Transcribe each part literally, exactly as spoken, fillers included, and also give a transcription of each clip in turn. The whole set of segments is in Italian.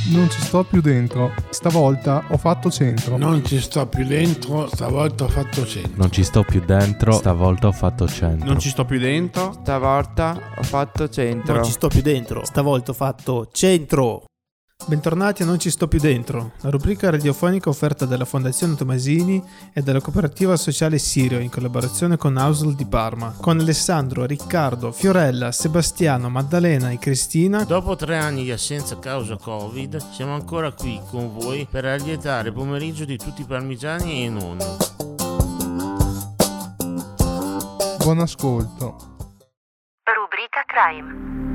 Non ci sto più dentro, stavolta ho fatto centro. Non ci sto più dentro, stavolta ho fatto centro. Non ci sto più dentro, stavolta ho fatto centro. Non ci sto più dentro, stavolta ho fatto centro. Non ci sto più dentro, stavolta ho fatto centro. Bentornati a Non ci sto più dentro, la rubrica radiofonica offerta dalla Fondazione Tomasini e dalla cooperativa sociale Sirio in collaborazione con Ausl di Parma, con Alessandro, Riccardo, Fiorella, Sebastiano, Maddalena e Cristina. Dopo tre anni di assenza a causa Covid, siamo ancora qui con voi per allietare il pomeriggio di tutti i parmigiani e non. Buon ascolto. Rubrica Crime.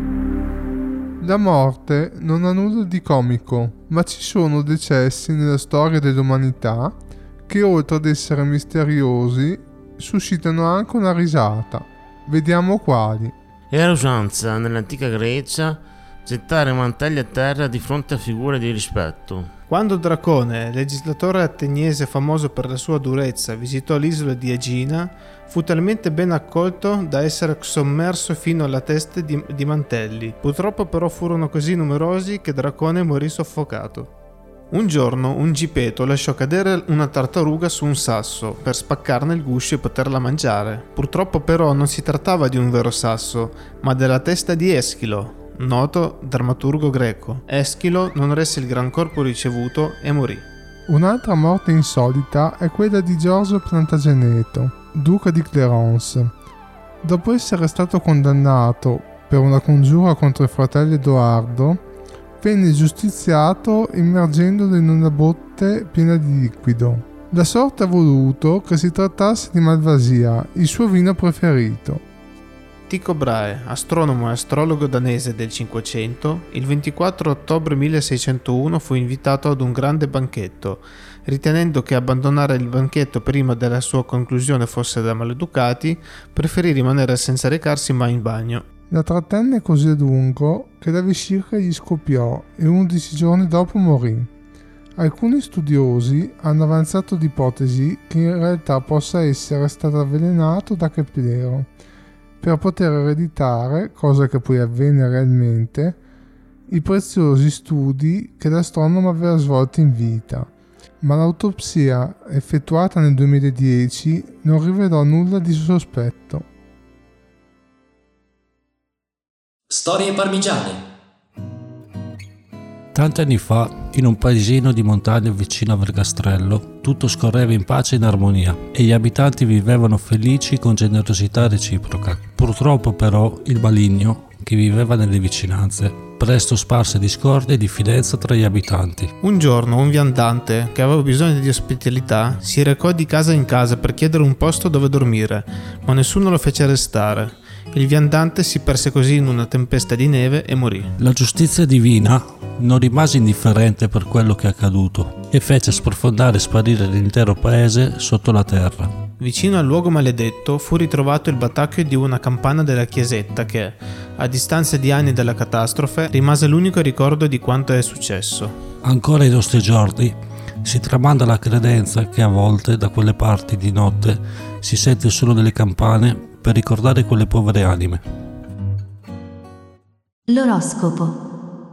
La morte non ha nulla di comico, ma ci sono decessi nella storia dell'umanità che, oltre ad essere misteriosi, suscitano anche una risata. Vediamo quali. Era usanza nell'antica Grecia gettare mantelli a terra di fronte a figure di rispetto. Quando Dracone, legislatore ateniese famoso per la sua durezza, visitò l'isola di Egina, fu talmente ben accolto da essere sommerso fino alla testa di, di mantelli. Purtroppo però furono così numerosi che Dracone morì soffocato. Un giorno un gipeto lasciò cadere una tartaruga su un sasso per spaccarne il guscio e poterla mangiare. Purtroppo però non si trattava di un vero sasso, ma della testa di Eschilo, noto drammaturgo greco. Eschilo non resse il gran corpo ricevuto e morì. Un'altra morte insolita è quella di Giorgio Plantageneto, duca di Clarence. Dopo essere stato condannato per una congiura contro il fratello Edoardo, venne giustiziato immergendolo in una botte piena di liquido. La sorte ha voluto che si trattasse di Malvasia, il suo vino preferito. Tycho Brahe, astronomo e astrologo danese del Cinquecento, il ventiquattro ottobre milleseicentouno fu invitato ad un grande banchetto. Ritenendo che abbandonare il banchetto prima della sua conclusione fosse da maleducati, preferì rimanere senza recarsi mai in bagno. La trattenne così a lungo che la vescica gli scoppiò e undici giorni dopo morì. Alcuni studiosi hanno avanzato l'ipotesi che in realtà possa essere stato avvelenato da Keplero per poter ereditare, cosa che poi avvenne realmente, i preziosi studi che l'astronomo aveva svolto in vita, ma l'autopsia effettuata nel duemiladieci non rivelò nulla di sospetto. Storie parmigiane. Tanti anni fa, in un paesino di montagna vicino a Vergastrello, tutto scorreva in pace e in armonia e gli abitanti vivevano felici con generosità reciproca. Purtroppo però il maligno, che viveva nelle vicinanze, presto sparse discordia e diffidenza tra gli abitanti. Un giorno un viandante, che aveva bisogno di ospitalità, si recò di casa in casa per chiedere un posto dove dormire, ma nessuno lo fece restare. Il viandante si perse così in una tempesta di neve e morì. La giustizia divina non rimase indifferente per quello che è accaduto e fece sprofondare e sparire l'intero paese sotto la terra. Vicino al luogo maledetto fu ritrovato il battacchio di una campana della chiesetta che, a distanza di anni dalla catastrofe, rimase l'unico ricordo di quanto è successo. Ancora ai nostri giorni si tramanda la credenza che a volte da quelle parti di notte si sente il suono delle campane per ricordare quelle povere anime. L'oroscopo.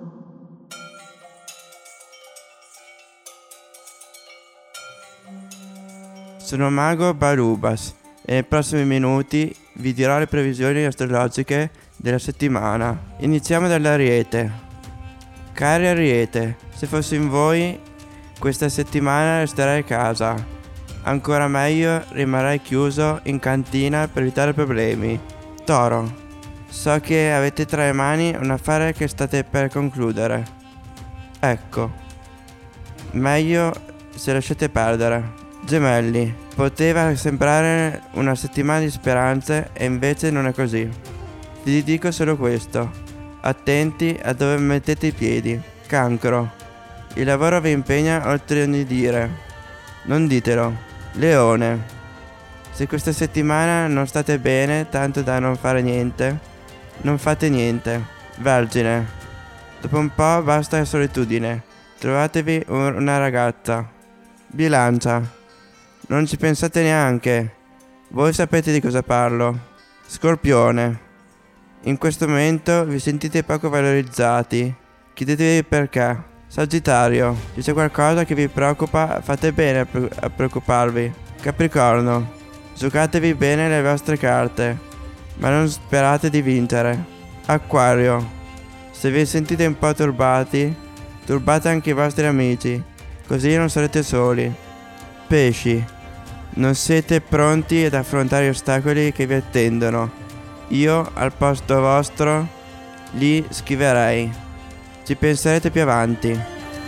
Sono Mago Barubas e nei prossimi minuti vi dirò le previsioni astrologiche della settimana. Iniziamo dall'Ariete. Cari Ariete, se fossi in voi questa settimana resterei a casa. Ancora meglio rimarrei chiuso in cantina per evitare problemi. Toro, so che avete tra le mani un affare che state per concludere. Ecco, meglio se lasciate perdere. Gemelli, poteva sembrare una settimana di speranze e invece non è così. Vi dico solo questo: attenti a dove mettete i piedi. Cancro, il lavoro vi impegna oltre ogni dire. Non ditelo. Leone, se questa settimana non state bene tanto da non fare niente, non fate niente. Vergine, dopo un po' basta la solitudine, trovatevi un- una ragazza. Bilancia, non ci pensate neanche, voi sapete di cosa parlo. Scorpione, in questo momento vi sentite poco valorizzati, chiedetevi perché. Sagittario, se c'è qualcosa che vi preoccupa, fate bene a, pre- a preoccuparvi. Capricorno, giocatevi bene le vostre carte, ma non sperate di vincere. Acquario, se vi sentite un po' turbati, turbate anche i vostri amici, così non sarete soli. Pesci, non siete pronti ad affrontare gli ostacoli che vi attendono. Io, al posto vostro, li schiverei. Ci penserete più avanti.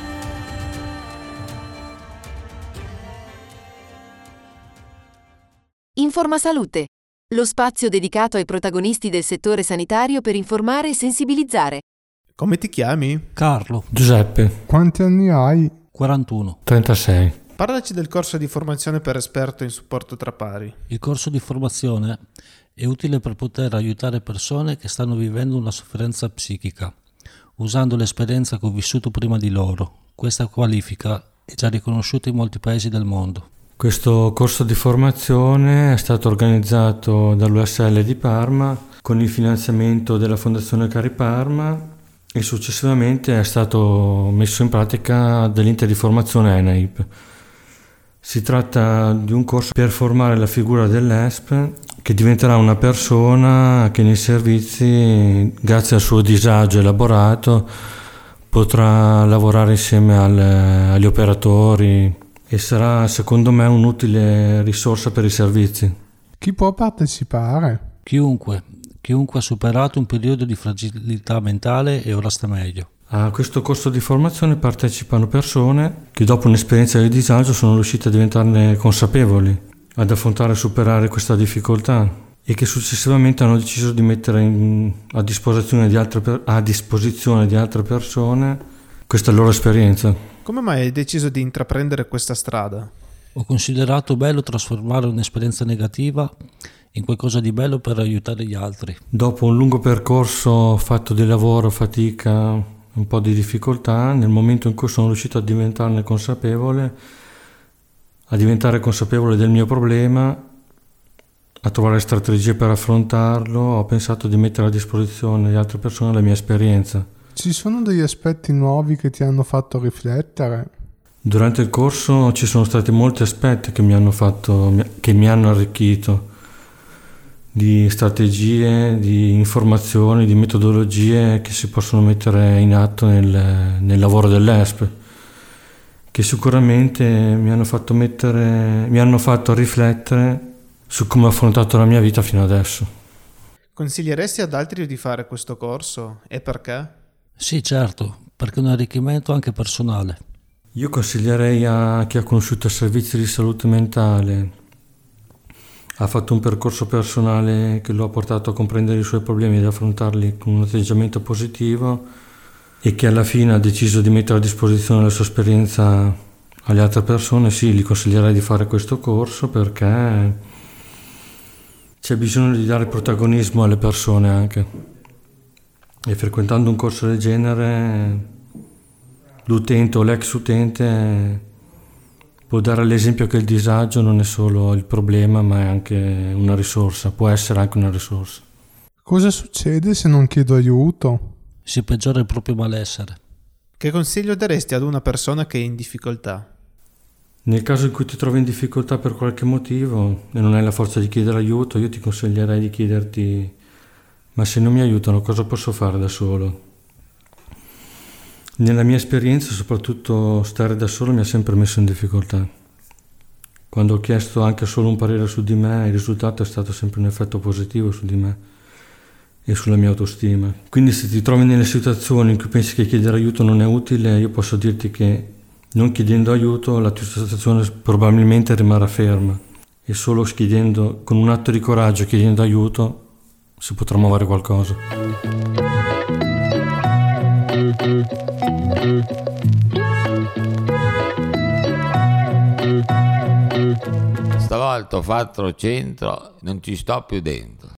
Informa-Salute, lo spazio dedicato ai protagonisti del settore sanitario per informare e sensibilizzare. Come ti chiami? Carlo. Giuseppe. Quanti anni hai? quarantuno. trentasei. Parlaci del corso di formazione per esperto in supporto tra pari. Il corso di formazione è utile per poter aiutare persone che stanno vivendo una sofferenza psichica, usando l'esperienza che ho vissuto prima di loro. Questa qualifica è già riconosciuta in molti paesi del mondo. Questo corso di formazione è stato organizzato dall'U S L di Parma con il finanziamento della Fondazione Cari Parma e successivamente è stato messo in pratica dall'Inter di formazione E N A I P. Si tratta di un corso per formare la figura dell'E S P che diventerà una persona che nei servizi, grazie al suo disagio elaborato, potrà lavorare insieme al, agli operatori e sarà secondo me un'utile risorsa per i servizi. Chi può partecipare? Chiunque, chiunque ha superato un periodo di fragilità mentale e ora sta meglio. A questo corso di formazione partecipano persone che dopo un'esperienza di disagio sono riuscite a diventarne consapevoli, ad affrontare e superare questa difficoltà e che successivamente hanno deciso di mettere in, a, disposizione di altre per, a disposizione di altre persone questa loro esperienza. Come mai hai deciso di intraprendere questa strada? Ho considerato bello trasformare un'esperienza negativa in qualcosa di bello per aiutare gli altri. Dopo un lungo percorso fatto di lavoro, fatica, un po' di difficoltà, nel momento in cui sono riuscito a diventarne consapevole, a diventare consapevole del mio problema, a trovare strategie per affrontarlo, ho pensato di mettere a disposizione di altre persone la mia esperienza. Ci sono degli aspetti nuovi che ti hanno fatto riflettere? Durante il corso ci sono stati molti aspetti che mi hanno fatto, che mi hanno arricchito, di strategie, di informazioni, di metodologie che si possono mettere in atto nel, nel lavoro dell'E S P, che sicuramente mi hanno fatto mettere, mi hanno fatto riflettere su come ho affrontato la mia vita fino adesso. Consiglieresti ad altri di fare questo corso e perché? Sì, certo, perché è un arricchimento anche personale. Io consiglierei a chi ha conosciuto i servizi di salute mentale, ha fatto un percorso personale che lo ha portato a comprendere i suoi problemi ed affrontarli con un atteggiamento positivo e che alla fine ha deciso di mettere a disposizione la sua esperienza alle altre persone, sì, gli consiglierei di fare questo corso perché c'è bisogno di dare protagonismo alle persone anche. E frequentando un corso del genere l'utente o l'ex utente può dare l'esempio che il disagio non è solo il problema, ma è anche una risorsa, può essere anche una risorsa. Cosa succede se non chiedo aiuto? Si peggiora il proprio malessere. Che consiglio daresti ad una persona che è in difficoltà? Nel caso in cui ti trovi in difficoltà per qualche motivo e non hai la forza di chiedere aiuto, io ti consiglierei di chiederti: ma se non mi aiutano cosa posso fare da solo? Nella mia esperienza, soprattutto stare da solo mi ha sempre messo in difficoltà. Quando ho chiesto anche solo un parere su di me, il risultato è stato sempre un effetto positivo su di me e sulla mia autostima. Quindi se ti trovi nelle situazioni in cui pensi che chiedere aiuto non è utile, io posso dirti che non chiedendo aiuto la tua situazione probabilmente rimarrà ferma e solo chiedendo, con un atto di coraggio, chiedendo aiuto, si potrà muovere qualcosa. Stavolta ho fatto centro, non ci sto più dentro.